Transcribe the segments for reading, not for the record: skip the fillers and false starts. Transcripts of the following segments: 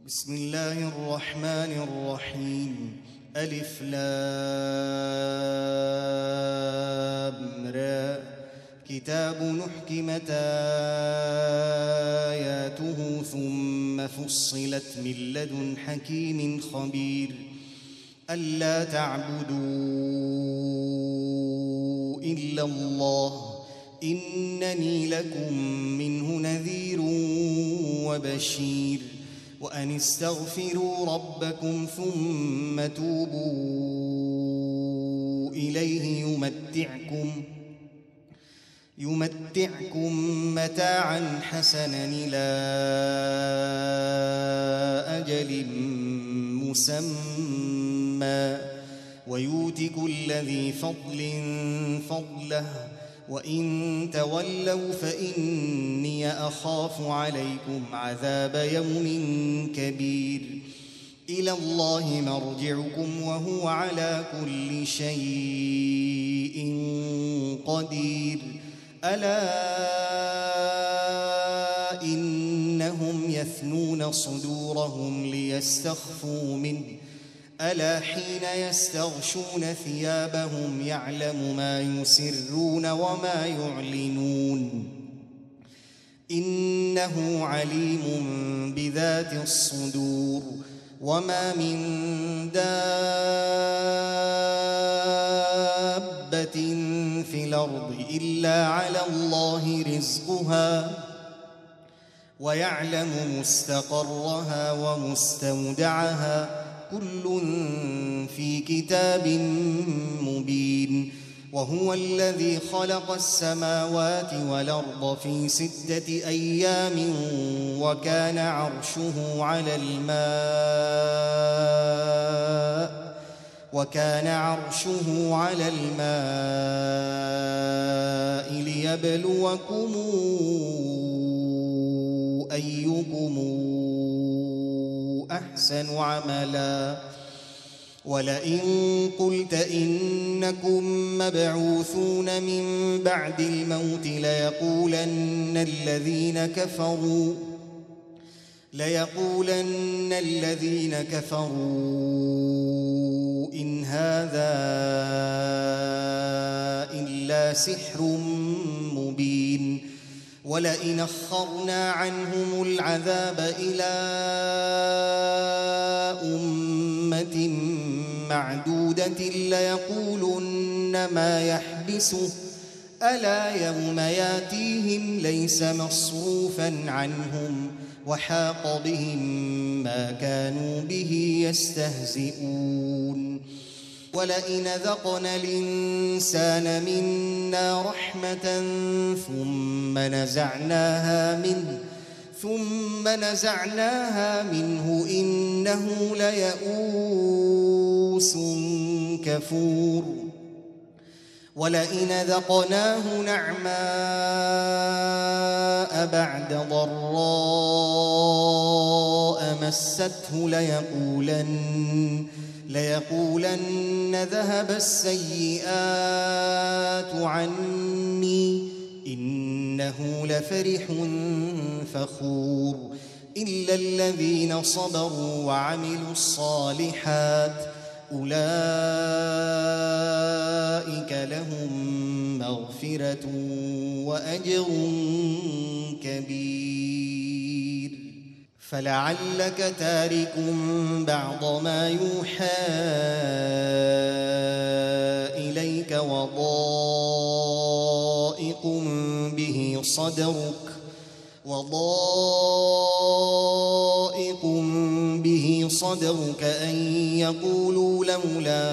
بسم الله الرحمن الرحيم. ألف لام را. كتاب نحكمت آياته ثم فصلت من لدن حكيم خبير. ألا تعبدوا إلا الله إنني لكم منه نذير وبشير. وأن استغفروا ربكم ثم توبوا إليه يمتعكم متاعا حسنا إلى أجل مسمى ويؤت كل ذي فضل فضله وإن تولوا فإني أخاف عليكم عذاب يوم كبير. إلى الله مرجعكم وهو على كل شيء قدير. ألا إنهم يثنون صدورهم ليستخفوا منه ألا حين يستغشون ثيابهم يعلم ما يسرون وما يعلنون إنه عليم بذات الصدور. وما من دابة في الأرض إلا على الله رزقها ويعلم مستقرها ومستودعها كل في كتاب مبين. وهو الذي خلق السماوات والأرض في 6 أيام وكان عرشه على الماء ليبلوكم أيكم أحسن عملا. ولئن قلت إنكم مبعوثون من بعد الموت ليقولن الذين كفروا إن هذا إلا سحر مبين. ولئن أخرنا عنهم العذاب إلى أمة معدودة ليقولن ما يحبسه ألا يوم ياتيهم ليس مصروفا عنهم وحاق بهم ما كانوا به يستهزئون. ولئن ذقنا الإنسان منا رحمة ثم نزعناها منه إنه ليئوس كفور. ولئن ذقناه نعماء بعد ضراء مسته ليقولن ذهب السيئات عني إنه لفرح فخور. إلا الذين صبروا وعملوا الصالحات أولئك لهم مغفرة وأجر كبير. فلعلك تارك بعض ما يوحى إليك وضائق به صدرك أن يقولوا لولا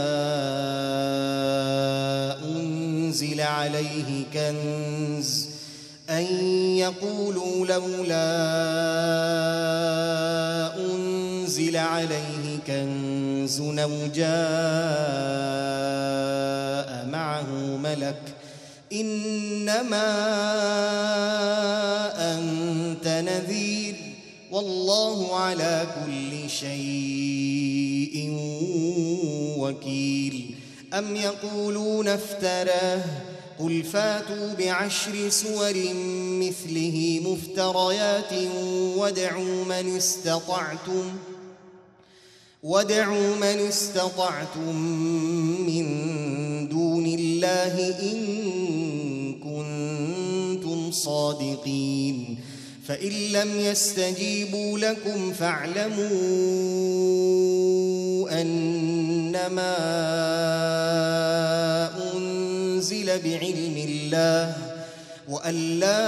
أنزل عليه كنز أو جاء معه ملك إنما أنت نذير والله على كل شيء وكيل. أم يقولون افتراه قل فاتوا بعشر سور مثله مفتريات وادعوا من استطعتم من دون الله إن كنتم صادقين فإن لم يستجيبوا لكم فاعلموا أنما أنزل بعلم الله وأن لا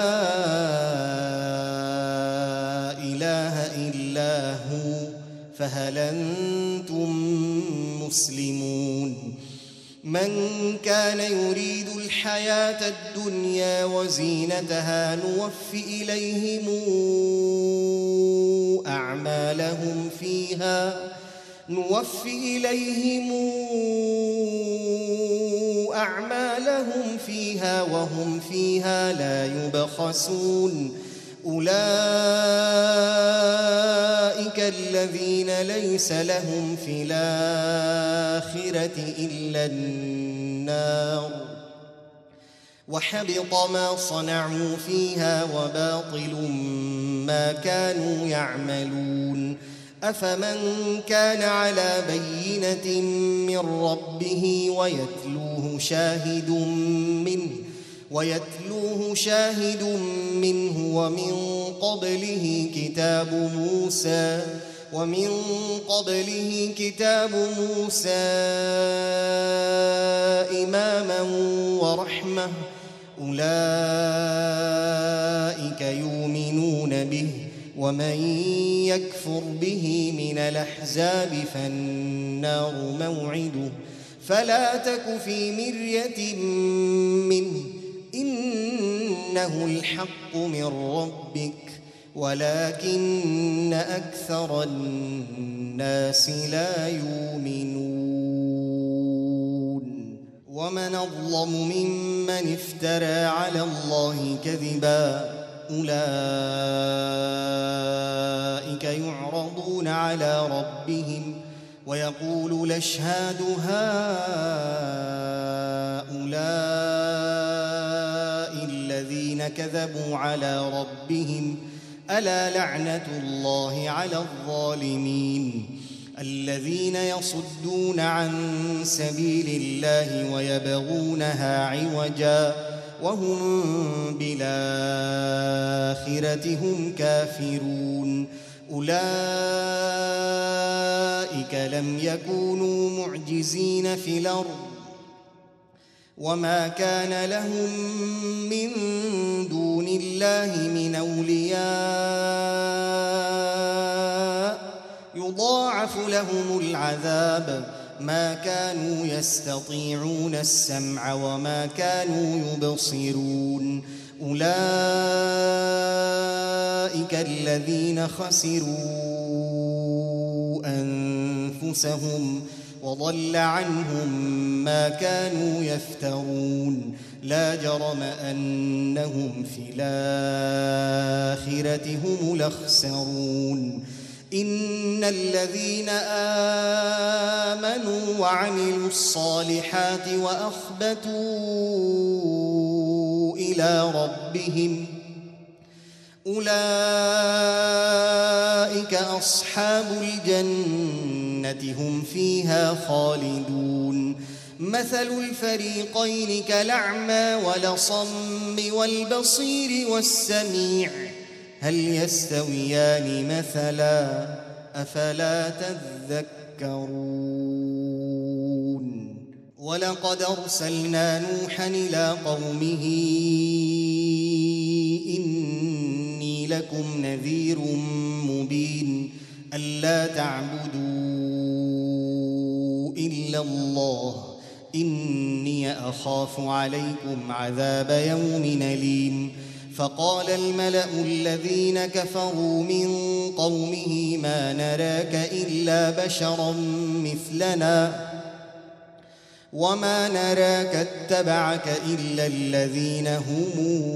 إله إلا هو فهل أنتم مسلمون من كان يريد الحياة الدنيا وزينتها نوفي إليهم أعمالهم فيها وهم فيها لا يبخسون أولئك الذين ليس لهم في الآخرة إلا النار وحبط ما صنعوا فيها وباطل ما كانوا يعملون أفمن كان على بينة من ربه ويتلوه شاهد منه ومن قبله كتاب موسى إماما ورحمة أولئك يؤمنون به ومن يكفر به من الأحزاب فالنار موعده فلا تك في مرية منه إنه الحق من ربك ولكن أكثر الناس لا يؤمنون ومن أظلم ممن افترى على الله كذبا أولئك يعرضون على ربهم ويقول الأشهاد هؤلاء الذين كذبوا على ربهم ألا لعنة الله على الظالمين الذين يصدون عن سبيل الله ويبغونها عوجا وهم بالآخرة هم كافرون أولئك لم يكونوا معجزين في الأرض وما كان لهم من دون الله من أولياء يضاعف لهم العذاب ما كانوا يستطيعون السمع وما كانوا يبصرون أولئك الذين خسروا أنفسهم وضل عنهم ما كانوا يفترون لا جرم أنهم في الآخرة هم الأخسرون إن الذين آمنوا وعملوا الصالحات وأخبتوا إلى ربهم أولئك أصحاب الجنة هم فيها خالدون مثل الفريقين كالأعمى والأصم والبصير والسميع هل يستويان مثلا أفلا تذكرون ولقد أرسلنا نوحا إلى قومه إني لكم نذير مبين ألا تعبدوا إلا الله إني أخاف عليكم عذاب يوم أليم فقال الملأ الذين كفروا من قومه ما نراك إلا بشرا مثلنا وما نراك اتبعك إلا الذين هم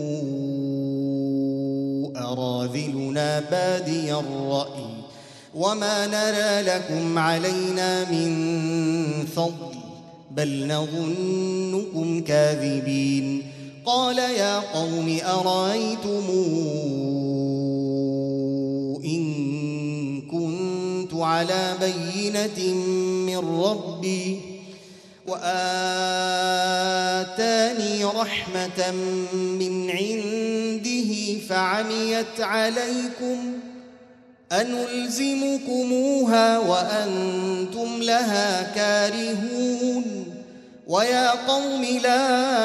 أراذلنا بادي الرأي وما نرى لكم علينا من فضل بل نظنكم كاذبين قال يا قوم أرأيتم إن كنت على بينة من ربي وآتاني رحمة من عنده فعميت عليكم أنلزمكموها وأنتم لها كارهون ويا قوم لا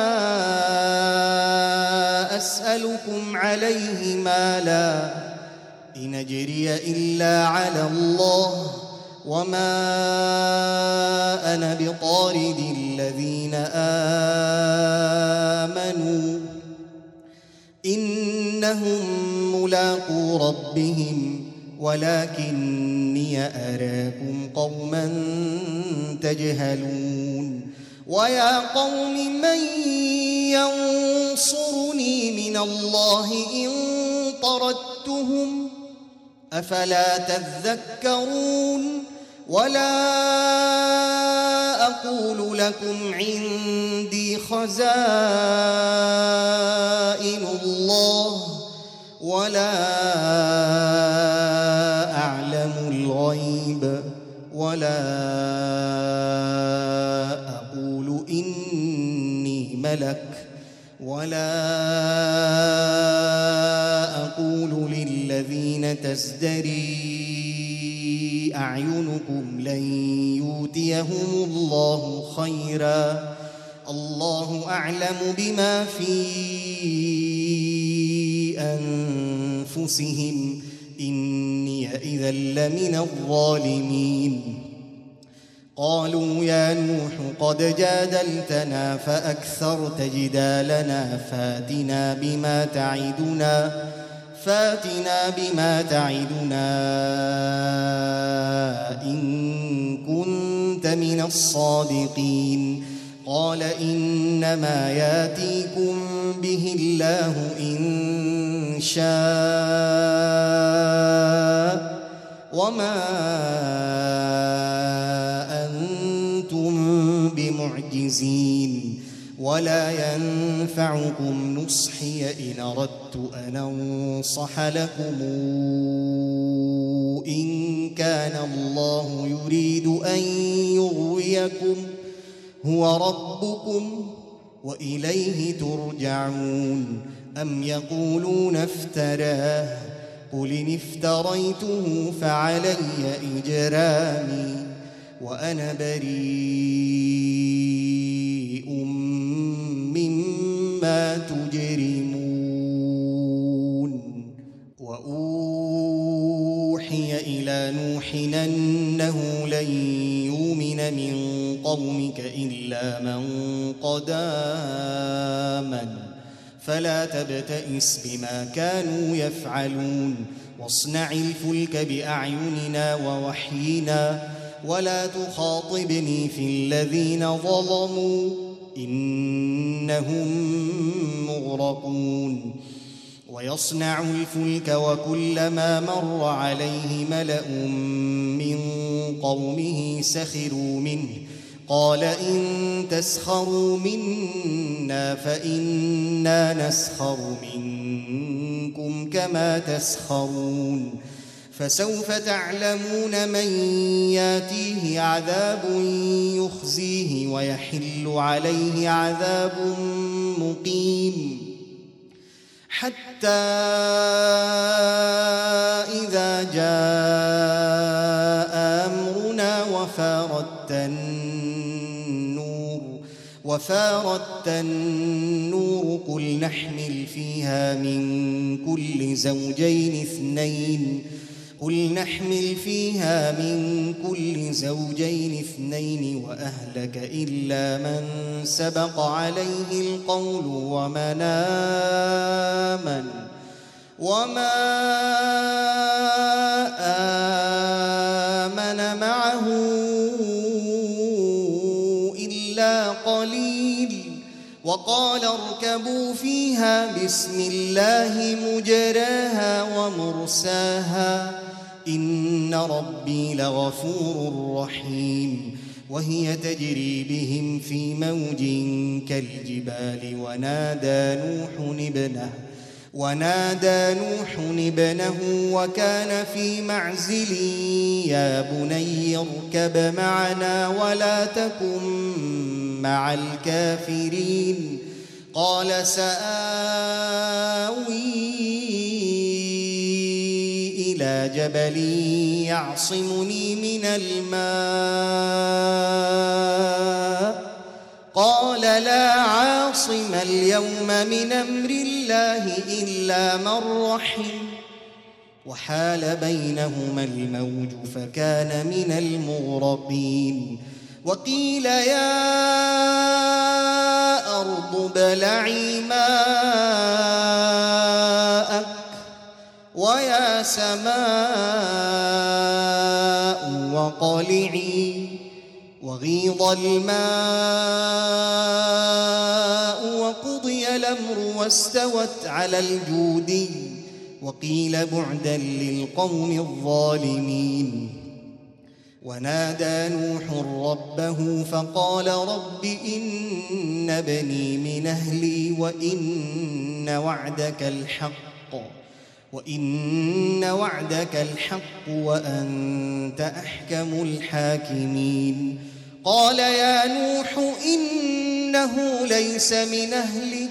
أسألكم عليه مالا إن أجري إلا على الله وما أنا بطارد الذين آمنوا إنهم ملاقو ربهم ولكني أراكم قوما تجهلون ويا قوم من ينصرني من الله إن طردتهم أفلا تذكرون ولا أقول لكم عندي خزائن الله ولا أعلم الغيب ولا أقول إني ملك ولا أقول للذين تزدري أعينكم لن يؤتيهم الله خيرا الله أعلم بما في أنفسهم إني إذا لمن الظالمين قالوا يا نوح قد جادلتنا فأكثرت جدالنا فاتنا بما تعدنا إن كنت من الصادقين قال إنما ياتيكم به الله إن شاء وما أنتم بمعجزين ولا ينفعكم نصحي إن أردت أن أنصح لكم إن كان الله يريد أن يغويكم هو ربكم وإليه ترجعون أم يقولون افتراه قل إن افتريته فعلي إجرامي وأنا بريء مما تجرمون وأوحي إلى نوح أنه لن يؤمن من قومك إلا من قد آمن فلا تبتئس بما كانوا يفعلون واصنع الفلك بأعيننا ووحينا ولا تخاطبني في الذين ظلموا إنهم مغرقون ويصنع الفلك وكلما مر عليه ملأ من قومه سخروا منه قال إن تسخروا منا فإنا نسخر منكم كما تسخرون فسوف تعلمون من ياتيه عذاب يخزيه ويحل عليه عذاب مقيم حتى إذا جاء أمرنا وفارت النور قل نحمل فيها من كل زوجين اثنين وأهلك إلا من سبق عليه القول ومن آمن وما آمن معه إلا قليل وقال اركبوا فيها بسم الله مجراها ومرساها إن ربي لغفور رحيم وهي تجري بهم في موج كالجبال ونادى نوح ابنه وكان في معزل يا بني اركب معنا ولا تكن مع الكافرين قال سآوي إلى جبل يعصمني من الماء قال لا عاصم اليوم من أمر الله إلا من رحم وحال بينهما الموج فكان من المغرقين وقيل يا أرض ابلعي ماءك ويا سماء وقلعي وغيض الماء وقضي الأمر واستوت على الجودي وقيل بعدا للقوم الظالمين ونادى نوح ربه فقال رب إن ابني من أهلي وإن وعدك الحق وأنت أحكم الحاكمين قال يا نوح إنه ليس من أهلك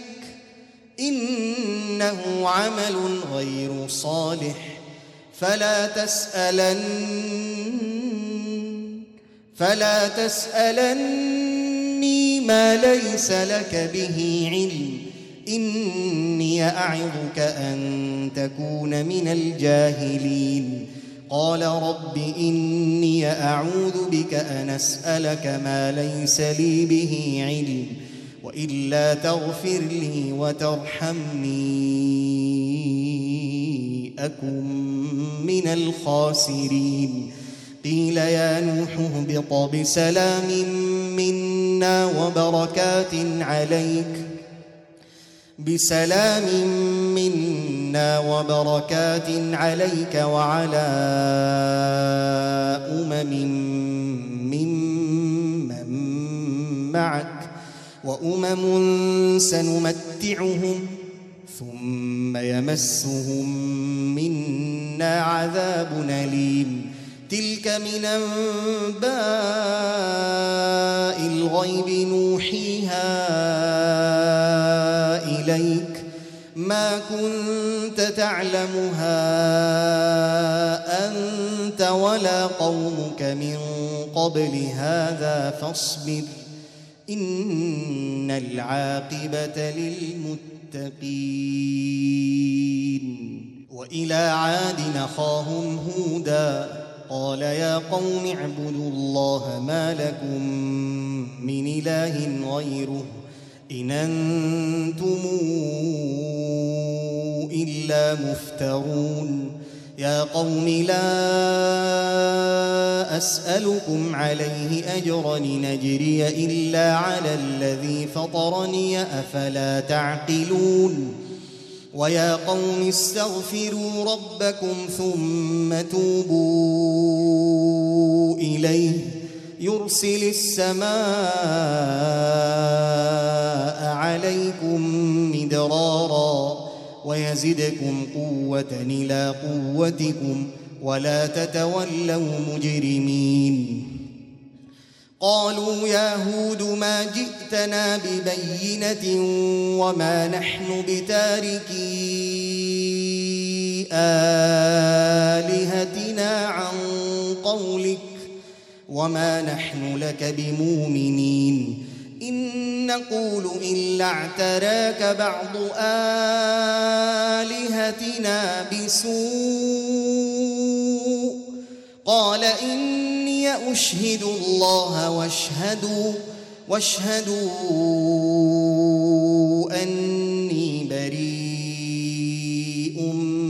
إنه عمل غير صالح فلا تسألني ما ليس لك به علم إني أعظك أن تكون من الجاهلين قال رب إني أعوذ بك أن أسألك ما ليس لي به علم وإلا تغفر لي وترحمني أكن من الخاسرين قيل يا نوح اهبط بسلام منا وبركات عليك وعلى ممن معك وأمم سنمتعهم ثم يمسهم منا عذاب أليم تلك من أنباء الغيب نوحيها إليك ما كنت تعلمها أنت ولا قومك من قبل هذا فاصبر إن العاقبة للمتقين وإلى عاد أخاهم هودا قال يا قوم اعبدوا الله ما لكم من إله غيره إن أنتم إلا مفترون يا قوم لا أسألكم عليه أجرا إن أجري إلا على الذي فطرني أفلا تعقلون ويا قوم استغفروا ربكم ثم توبوا إليه يرسل السماء عليكم مدرارا ويزدكم قوة إلى قوتكم ولا تتولوا مجرمين قالوا يا هود ما جئتنا ببينة وما نحن بتاركي آلهتنا عن قولك وما نحن لك بمؤمنين إن نقول إلا اعتراك بعض آلهتنا بسوء قال إني أشهد الله واشهدوا أني بريء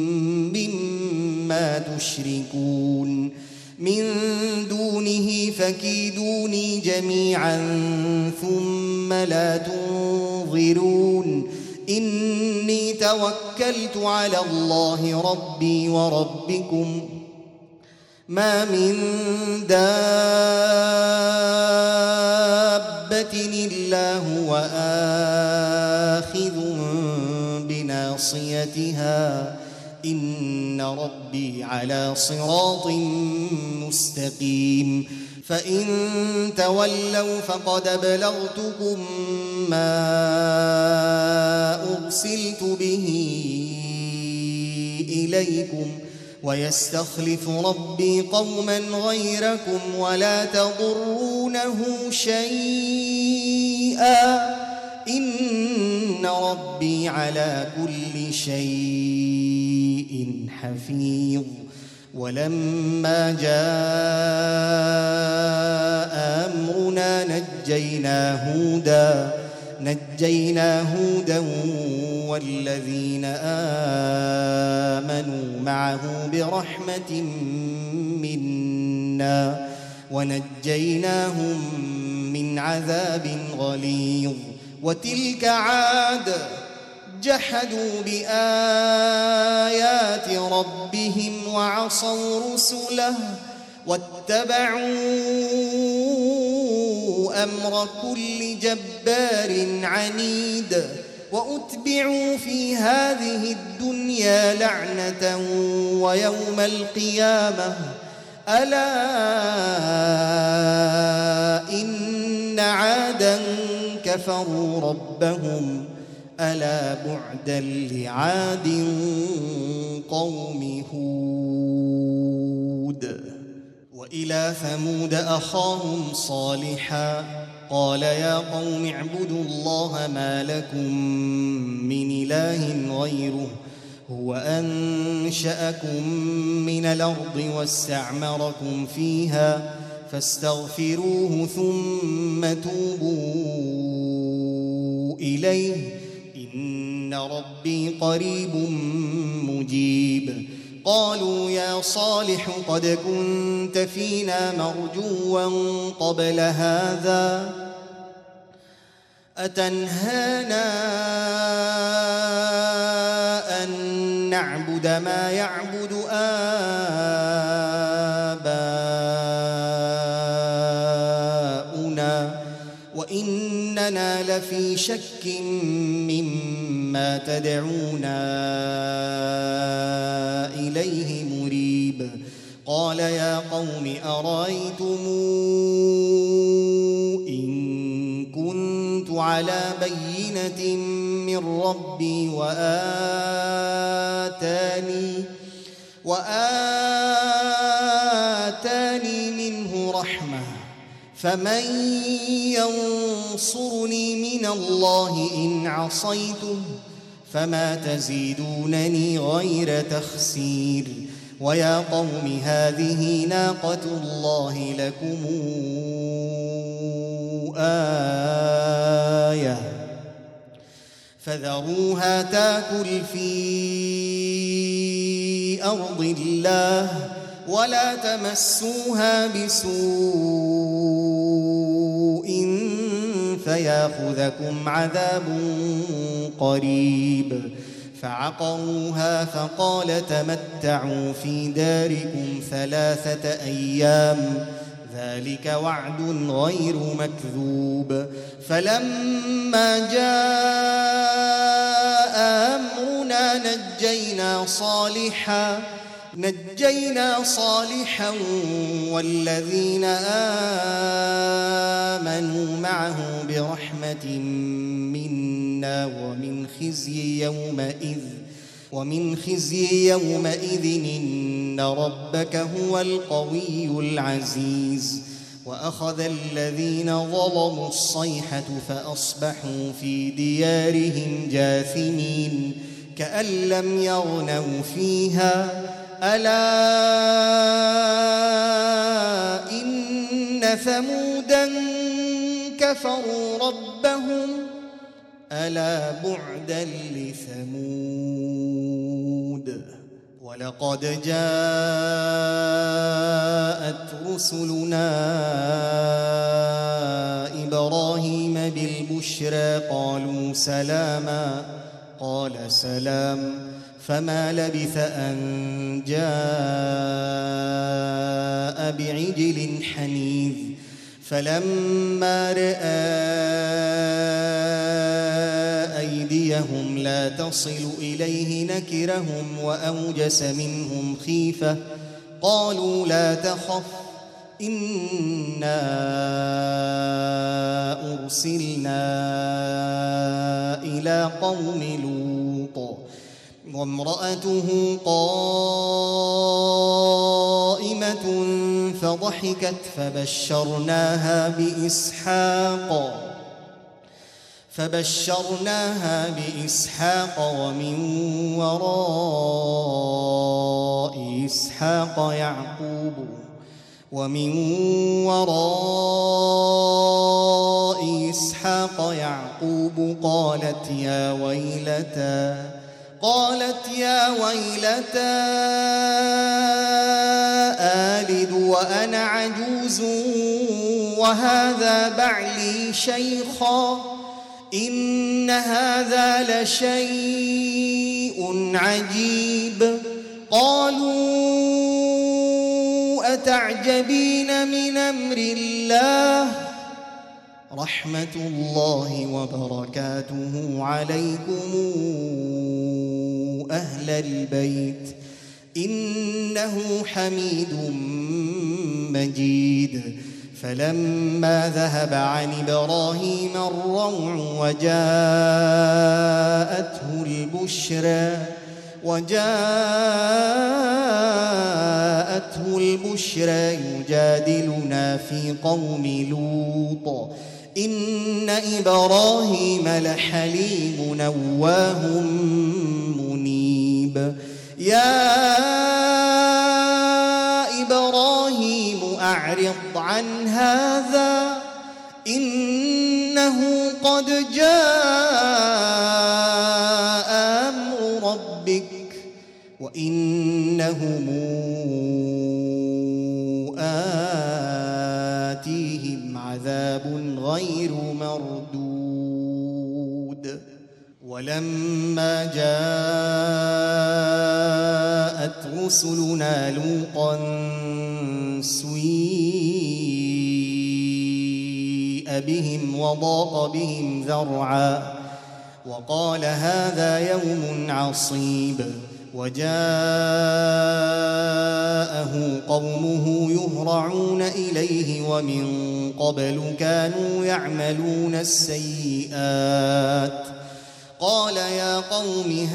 مما تشركون من دونه فكيدوني جميعا ثم لا تنظرون إني توكلت على الله ربي وربكم ما من دابة زينتها إن ربي على صراط مستقيم فإن تولوا فقد أبلغتكم ما أرسلت به إليكم ويستخلف ربي قوما غيركم ولا تضرونه شيئا إن ربي على كل شيء حفيظ ولما جاء أمرنا نجينا هودا والذين آمنوا معه برحمة منا ونجيناهم من عذاب غليظ وتلك عاد جحدوا بآيات ربهم وعصوا رسله واتبعوا أمر كل جبار عنيد وأتبعوا في هذه الدنيا لعنة ويوم القيامة ألا إن عادا كفروا ربهم ألا بعدا لعاد قوم هود وإلى ثمود أخاهم صالحا قال يا قوم اعبدوا الله ما لكم من إله غيره هو أنشأكم من الأرض واستعمركم فيها فاستغفروه ثم توبوا إليه إن ربي قريب مجيب قالوا يا صالح قد كنت فينا مرجوا قبل هذا أتنهانا أن نعبد ما يعبد آباؤنا وإننا لفي شك مما تدعونا إليه مريب قال يا قوم أرأيتم إن كنت على بينة من ربي وآتاني منه رحمة فمن ينصرني من الله إن عصيته فما تزيدونني غير تخسير ويا قوم هذه ناقة الله لكم آية فذروها تاكل في أرض الله ولا تمسوها بسوء فياخذكم عذاب قريب فعقروها فقال تمتعوا في داركم 3 أيام ذلك وعد غير مكذوب فلما جاء أمرنا نجينا صالحا والذين آمنوا معه برحمة منا ومن خزي يومئذ إن ربك هو القوي العزيز وأخذ الذين ظلموا الصيحة فأصبحوا في ديارهم جاثمين كأن لم يغنوا فيها ألا إن ثمودا كفروا ربهم ألا بعدا لثمود ولقد جاءت رسلنا إبراهيم بالبشرى قالوا سلاما قال سلام فما لبث أن جاء بعجل حنيذ فلما رأى ليخرجهم لا تصل إليه نكرهم وأوجس منهم خيفة. قالوا لا تخف إنا أرسلنا إلى قوم لوط وامرأته قائمة فضحكت فبشرناها بإسحاق ومن وراء إسحاق يعقوب قالت يا ويلتى آلد وأنا عجوز وهذا بعلي شيخا إن هذا لشيء عجيب. قالوا أتعجبين من أمر الله رحمة الله وبركاته عليكم أهل البيت إنه حميد مجيد. فلما ذهب عن إبراهيم الروع وجاءته البشرى يجادلنا في قوم لوط إن إبراهيم لحليم أواه منيب. يا إبراهيم أعرض عن هذا إنه قد جاء أمر ربك وإنهم آتيهم عذاب غير مردود. ولما جاءت رسلنا لوطا سيء بهم وضاق بهم ذرعا وقال هذا يوم عصيب. وجاءه قومه يهرعون إليه ومن قبل كانوا يعملون السيئات. قال يا قوم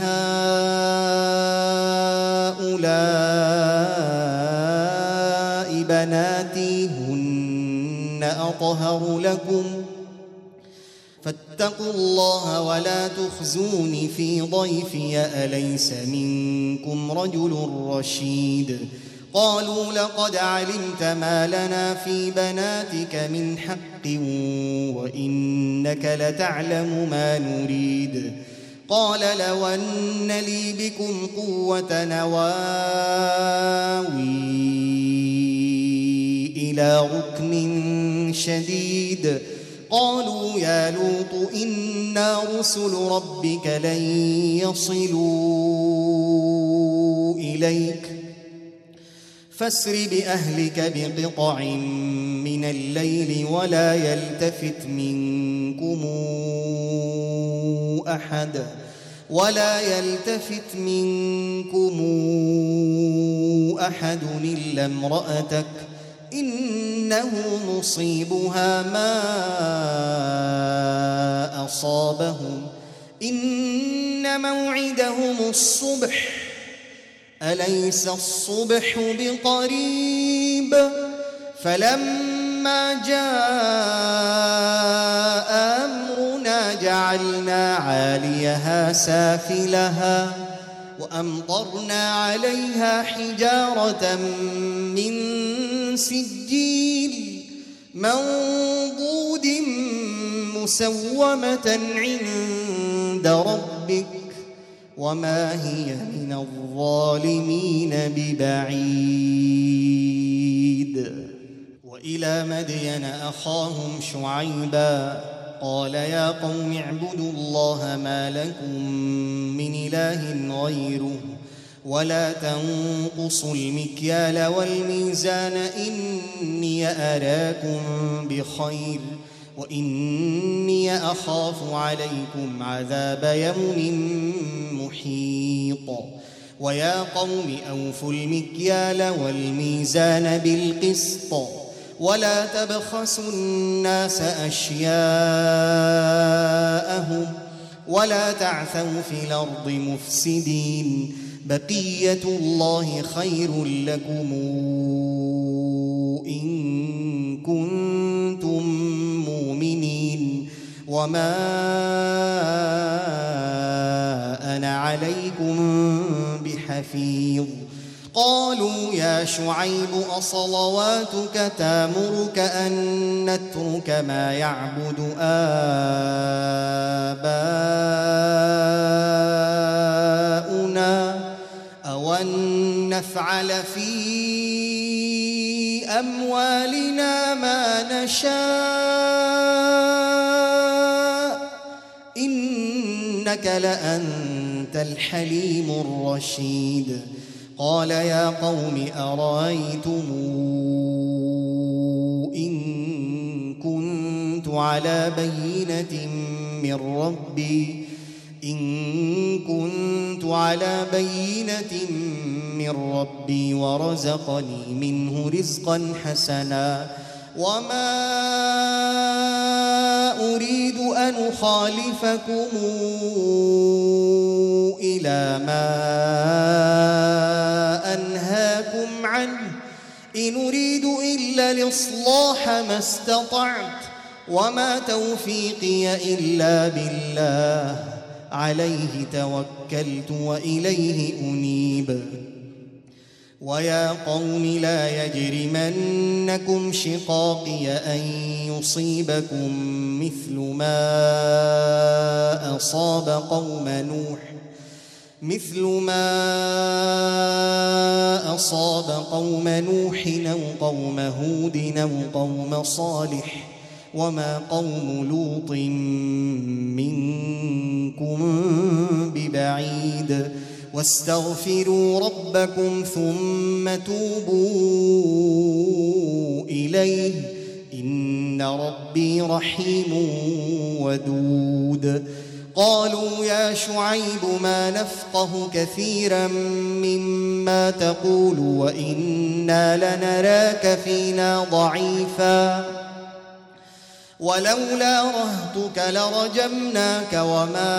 هؤلاء بناتي هن أطهر لكم فاتقوا الله ولا تخزوني في ضيفي أليس منكم رجل رشيد. قالوا لقد علمت ما لنا في بناتك من حق وإنك لتعلم ما نريد. قال لو أن لي بكم قوة نواوي إلى ركن شديد. قالوا يا لوط إنا رسل ربك لن يصلوا إليك فاسر بأهلك بقطع من الليل ولا يلتفت منكم أحد إلا امرأتك إنه مصيبها ما أصابهم إن موعدهم الصبح أليس الصبح بقريب. فلما جاء أمرنا جعلنا عاليها سافلها وأمطرنا عليها حجارة من سجيل منضود مسومة عند ربك وما هي من الظالمين ببعيد. وإلى مدين أخاهم شعيبا قال يا قوم اعبدوا الله ما لكم من إله غيره ولا تنقصوا المكيال والميزان إني أراكم بخير وإني أخاف عليكم عذاب يوم محيط ويا قوم أوفوا المكيال والميزان بالقسط ولا تبخسوا الناس أشياءهم ولا تعثوا في الأرض مفسدين بقية الله خير لكم إن كنتم مؤمنين وما أنا عليكم بحفيظ قالوا يا شعيب أصلواتك تأمرك أن نترك ما يعبد آباؤنا أو أن نفعل في أموالنا ما نشاء إنك لأنت الحليم الرشيد قال يا قوم أرأيتم إن كنت على بينة من ربي ورزقني منه رزقا حسنا وما أريد أن أخالفكم إلى ما أنهاكم عنه إن أريد إلا الإصلاح ما استطعت وما توفيقي إلا بالله عليه توكلت وإليه أنيب ويا قوم لا يجرمنكم شقاقي أن يصيبكم مثل ما أصاب قوم نوح أو قوم هود أو قوم صالح وما قوم لوط منكم ببعيد واستغفروا ربكم ثم توبوا إليه إن ربي رحيم ودود قالوا يا شعيب ما نفقه كثيرا مما تقول وإنا لنراك فينا ضعيفا ولولا رهطك لرجمناك وما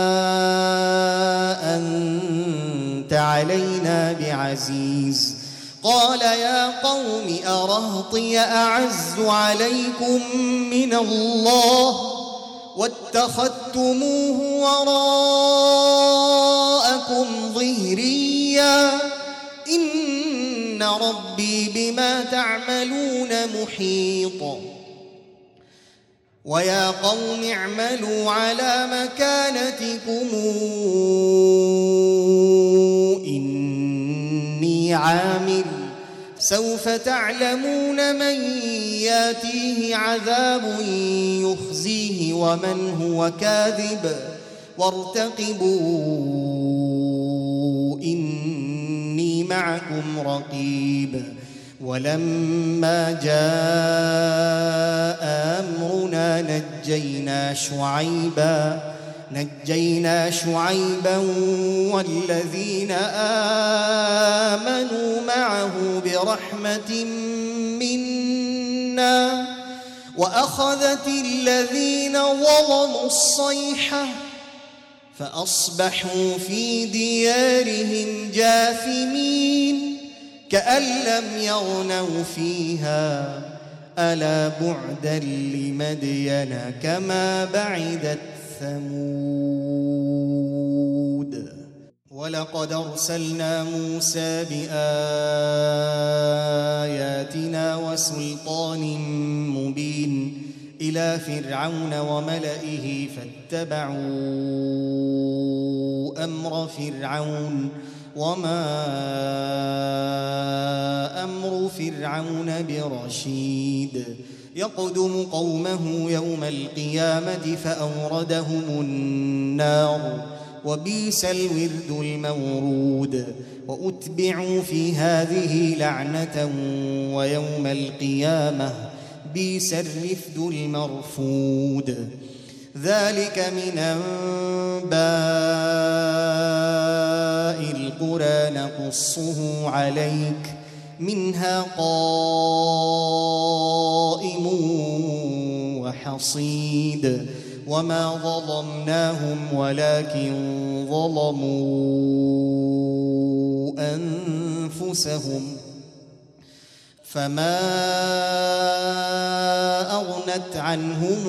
أنت علينا بعزيز قال يا قوم أرهطي أعز عليكم من الله واتخذتموه وراءكم ظهريا إن ربي بما تعملون محيط ويا قوم اعملوا على مكانتكم إني عامل سوف تعلمون من ياتيه عذاب يخزيه ومن هو كاذب وارتقبوا إني معكم رقيب ولما جاء أمرنا نجينا شعيبا والذين آمنوا معه برحمة منا وأخذت الذين ظلموا الصيحة فأصبحوا في ديارهم جاثمين كأن لم يغنوا فيها ألا بعدا لمدين كما بعدت ثمود ولقد أرسلنا موسى بآياتنا وسلطان مبين إلى فرعون وملئه فاتبعوا أمر فرعون وما أمر فرعون برشيد يقدم قومه يوم القيامة فأوردهم النار وبئس الورد المورود وأتبعوا في هذه لعنة ويوم القيامة بئس الرفد المرفود ذلك من أنباء القرى نقصه عليك منها قائم وحصيد وما ظلمناهم ولكن ظلموا أنفسهم فما أغنت عنهم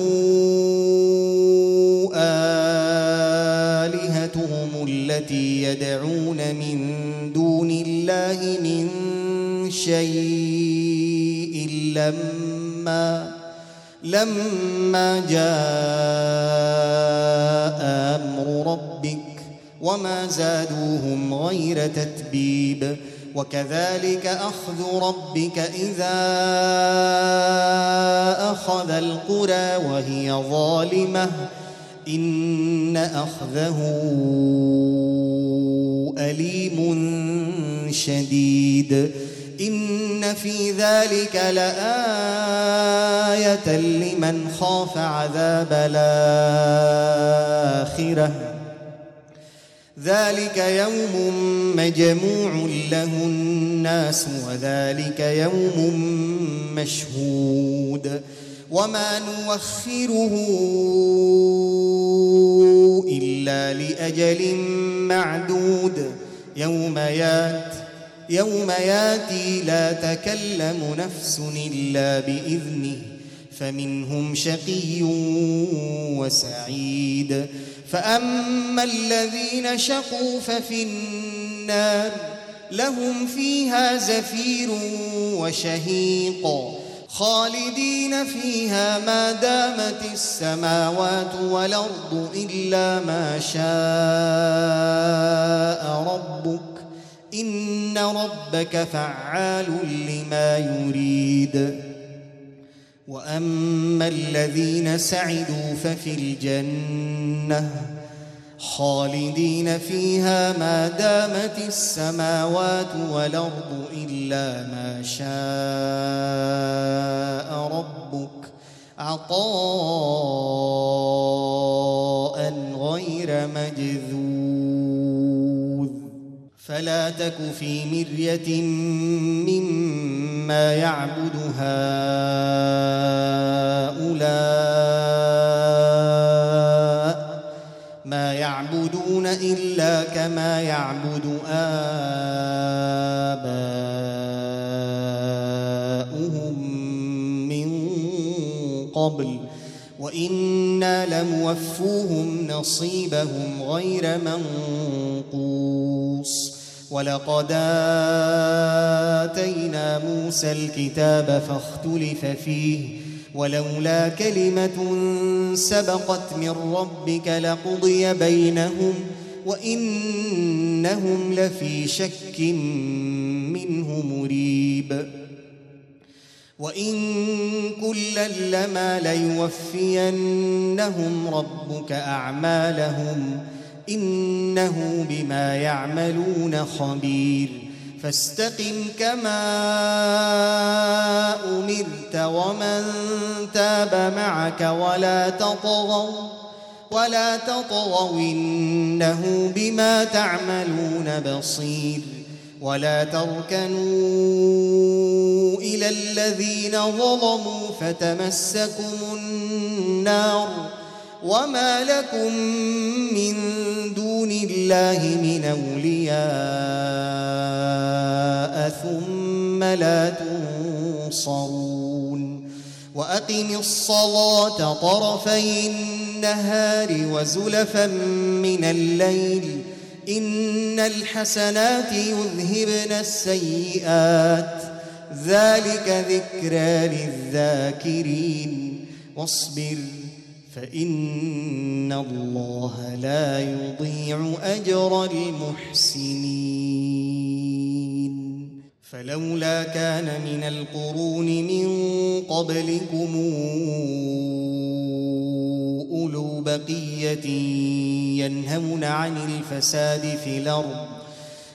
آلهتهم التي يدعون من دون الله من شيء لما جاء أمر ربك وما زادوهم غير تتبيب وكذلك أخذ ربك إذا أخذ القرى وهي ظالمة إن أخذه أليم شديد إن في ذلك لآية لمن خاف عذاب الآخرة ذلك يوم مجموع له الناس وذلك يوم مشهود وما نوخره إلا لأجل معدود يوم ياتي لا تكلم نفس إلا بإذنه فمنهم شقي وسعيد فأما الذين شقوا ففي النار لهم فيها زفير وشهيق خالدين فيها ما دامت السماوات والأرض إلا ما شاء ربك إن ربك فعال لما يريد وأما الذين سعدوا ففي الجنة خالدين فيها ما دامت السماوات والأرض إلا ما شاء ربك عطاء غير مجذوذ فلا تك في مرية مما يعبد هؤلاء ما يعبدون إلا كما يعبد آباؤهم من قبل وإنا لموفوهم نصيبهم غير منقوص ولقد آتينا موسى الكتاب فاختلف فيه ولولا كلمة سبقت من ربك لقضي بينهم وإنهم لفي شك منه مريب وإن كلا لما ليوفينهم ربك أعمالهم إنه بما يعملون خبير فاستقم كما أمرت ومن تاب معك ولا تطغوا إنه بما تعملون بصير ولا تركنوا إلى الذين ظلموا فتمسكم النار وما لكم من دون الله من أولياء ثم لا تنصرون وأقم الصلاة طرفي النهار وزلفا من الليل إن الحسنات يذهبن السيئات ذلك ذكرى للذاكرين واصبر فإن الله لا يضيع أجر المحسنين فلولا كان من القرون من قبلكم أولو بقية ينهون عن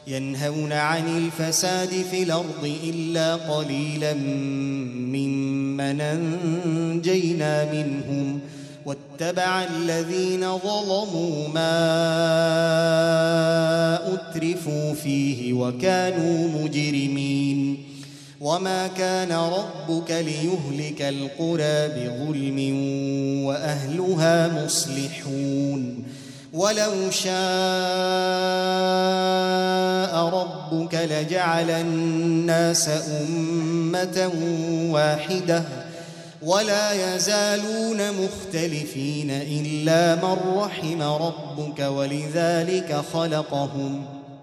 الفساد في الأرض إلا قليلا ممن ثم ننجينا منهم واتبع الذين ظلموا ما أترفوا فيه وكانوا مجرمين وما كان ربك ليهلك القرى بظلم وأهلها مصلحون ولو شاء ربك لجعل الناس أمة واحدة ولا يزالون مختلفين إلا من رحم ربك ولذلك خلقهم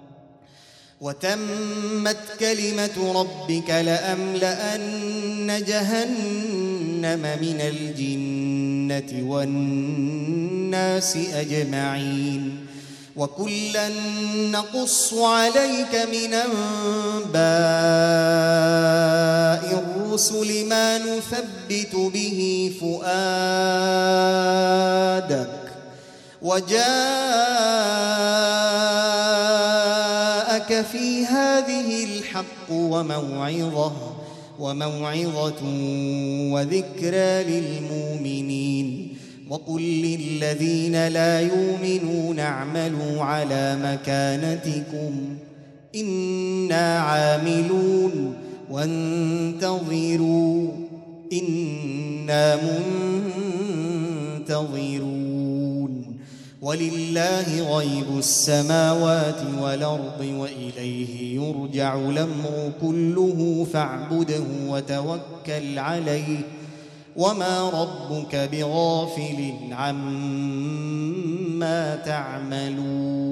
وتمت كلمة ربك لأملأن جهنم من الجنة والناس أجمعين وكلا نقص عليك من أنباء الرسل ما نثبت به فؤادك وجاءك في هذه الحق وموعظة وذكرى للمؤمنين وقل للذين لا يؤمنون اعملوا على مكانتكم إنا عاملون وانتظروا إنا منتظرون ولله غيب السماوات والأرض وإليه يرجع الأمر كله فاعبده وتوكل عليه وما ربك بغافل عما تعملون